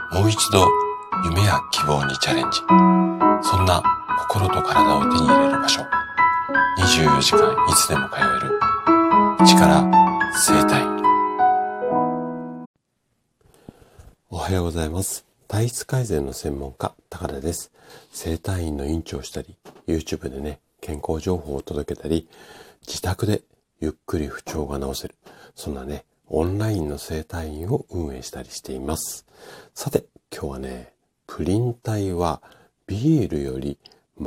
もう一度夢や希望にチャレンジ。そんな心と体を手に入れる場所。24時間いつでも通える一から整体。おはようございます。体質改善の専門家高田です。整体院の院長をしたり、 YouTube でね健康情報を届けたり、自宅でゆっくり不調が治せる、そんなねオンラインの整体院を運営したりしています。さて今日はね、プリン体はビールより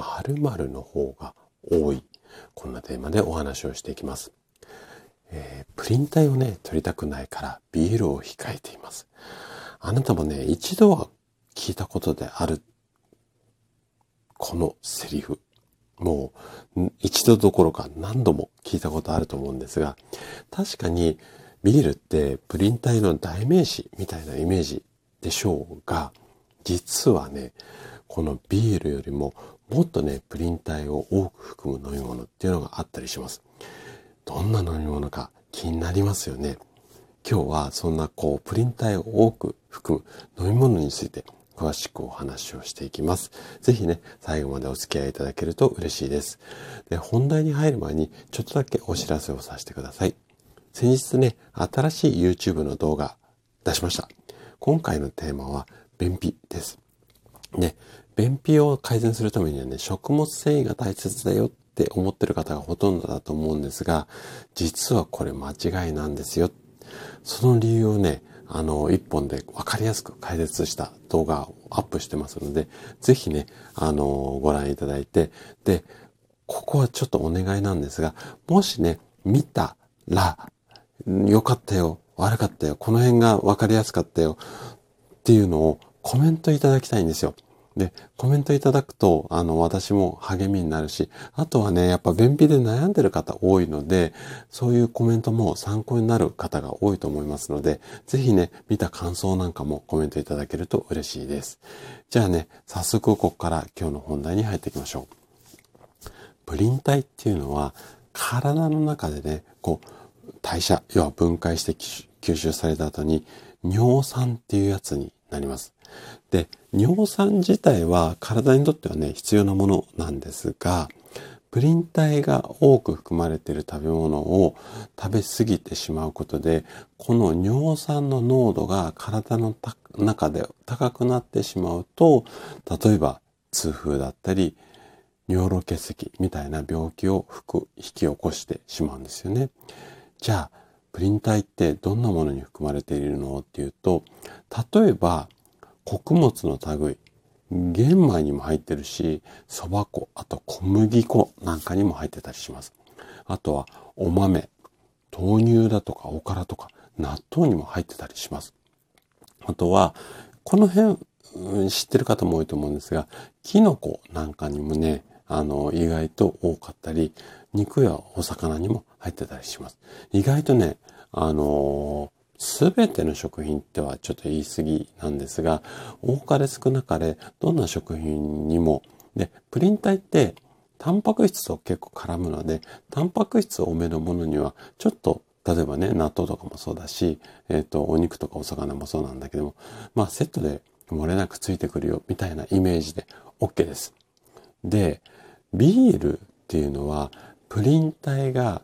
〇〇の方が多い、こんなテーマでお話をしていきます。プリン体をね取りたくないからビールを控えています。あなたもね一度は聞いたことであるこのセリフ、もう一度どころか何度も聞いたことあると思うんですが、確かにビールってプリン体の代名詞みたいなイメージでしょうが、実はねこのビールよりももっとねプリン体を多く含む飲み物っていうのがあったりします。どんな飲み物か気になりますよね。今日はそんなプリン体を多く含む飲み物について詳しくお話をしていきます。ぜひね最後までお付き合いいただけると嬉しいです。で、本題に入る前にちょっとだけお知らせをさせてください。先日ね新しい YouTube の動画出しました。今回のテーマは便秘です。で、便秘を改善するためにはね食物繊維が大切だよって思ってる方がほとんどだと思うんですが、実はこれ間違いなんですよ。その理由をね一本で分かりやすく解説した動画をアップしてますので、ぜひねご覧いただいて、でここはちょっとお願いなんですが、もしね見たら良かったよ、悪かったよ、この辺が分かりやすかったよっていうのをコメントいただきたいんですよ。で、コメントいただくと、私も励みになるし、あとはね、やっぱ便秘で悩んでる方多いので、そういうコメントも参考になる方が多いと思いますので、ぜひね、見た感想なんかもコメントいただけると嬉しいです。じゃあね、早速ここから今日の本題に入っていきましょう。プリン体っていうのは、体の中でね、代謝、要は分解して吸収された後に、尿酸っていうやつになります。で、尿酸自体は体にとってはね必要なものなんですが、プリン体が多く含まれている食べ物を食べ過ぎてしまうことで、この尿酸の濃度が体の中で高くなってしまうと、例えば痛風だったり尿路結石みたいな病気を引き起こしてしまうんですよね。じゃあプリン体ってどんなものに含まれているのっていうと、例えば穀物の類、玄米にも入ってるし、そば粉、あと小麦粉なんかにも入ってたりします。あとはお豆、豆乳だとかおからとか納豆にも入ってたりします。あとはこの辺知ってる方も多いと思うんですが、キノコなんかにもね意外と多かったり、肉やお魚にも入ってたりします。意外とねすべての食品ってはちょっと言い過ぎなんですが、多かれ少なかれどんな食品にも、でプリン体ってタンパク質と結構絡むので、タンパク質多めのものにはちょっと、例えばね納豆とかもそうだし、お肉とかお魚もそうなんだけども、セットで漏れなくついてくるよみたいなイメージで OK です。で、ビールっていうのはプリン体が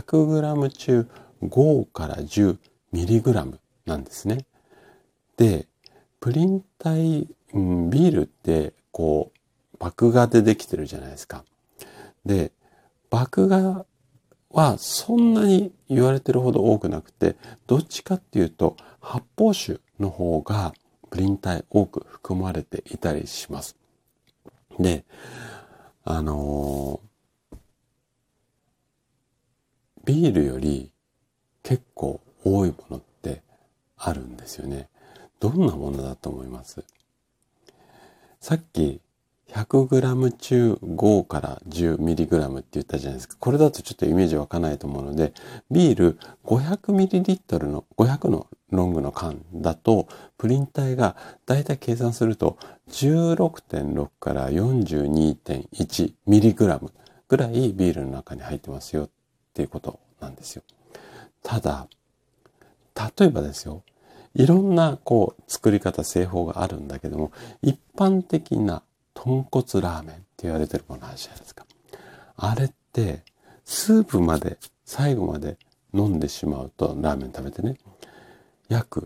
100g 中5から10ミリグラムなんですね。で、プリン体、ビールって麦芽でできてるじゃないですか。で、麦芽はそんなに言われてるほど多くなくて、どっちかっていうと発泡酒の方がプリン体多く含まれていたりします。で、ビールより結構多いものってあるんですよね。どんなものだと思います？さっき 100g 中5から 10mg って言ったじゃないですか。これだとちょっとイメージ湧かないと思うので、ビール 500ml の500のロングの缶だとプリン体がだいたい計算すると 16.6 から 42.1mg ぐらいビールの中に入ってますよっていうことなんですよ。ただ例えばですよ、 いろんな作り方、製法があるんだけども、一般的な豚骨ラーメンって言われてるものあるじゃないですか。あれって、スープまで、最後まで飲んでしまうと、ラーメン食べてね、約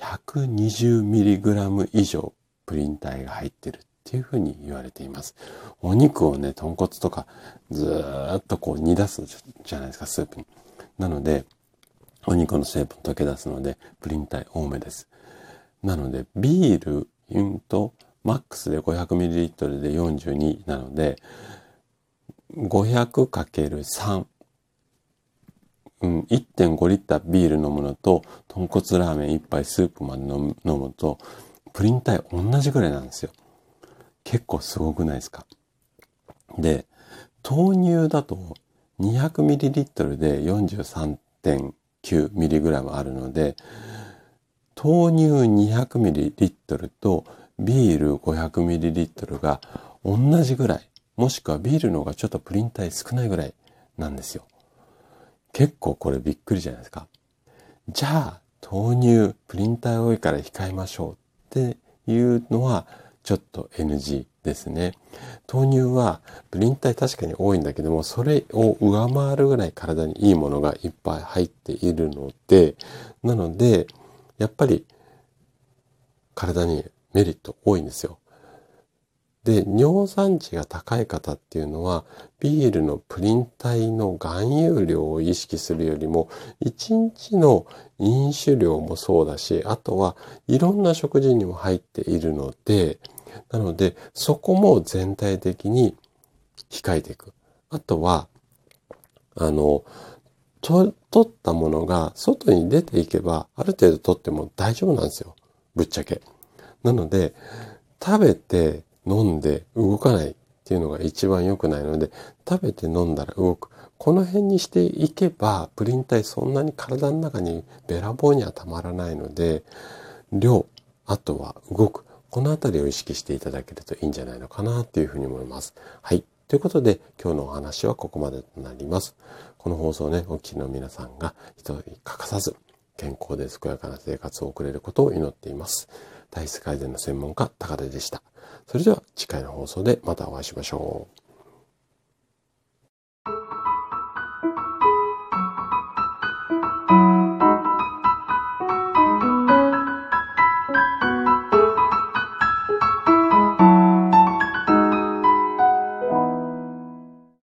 120mg 以上プリン体が入ってるっていうふうに言われています。お肉をね、豚骨とかずーっと煮出すじゃないですか、スープに。なので、お肉の成分溶け出すので、プリン体多めです。なので、ビール、マックスで 500ml で42なので、500×3、1.5 リッタービール飲むのと、豚骨ラーメン1杯スープまで飲むと、プリン体同じぐらいなんですよ。結構すごくないですか？で、豆乳だと 200ml で 43.9mg あるので、豆乳 200ml とビール 500ml が同じぐらい、もしくはビールの方がちょっとプリン体少ないぐらいなんですよ。結構これびっくりじゃないですか。じゃあ、豆乳、プリン体多いから控えましょうっていうのはちょっと NG ですね。豆乳はプリン体確かに多いんだけども、それを上回るぐらい体にいいものがいっぱい入っているので、なので、やっぱり体にメリット多いんですよ。で、尿酸値が高い方っていうのは、ビールのプリン体の含有量を意識するよりも、1日の飲酒量もそうだし、あとはいろんな食事にも入っているので、なので、そこも全体的に控えていく。あとは、取ったものが外に出ていけば、ある程度取っても大丈夫なんですよ。ぶっちゃけ。なので、食べて飲んで動かないっていうのが一番良くないので、食べて飲んだら動く。この辺にしていけば、プリン体そんなに体の中にべらぼうにはたまらないので、量、あとは動く。このあたりを意識していただけるといいんじゃないのかなっていうふうに思います。はい。ということで、今日のお話はここまでとなります。この放送ね、お聞きの皆さんが一人欠かさず、健康で健やかな生活を送れることを祈っています。体質改善の専門家、高田でした。それでは次回の放送でまたお会いしましょう。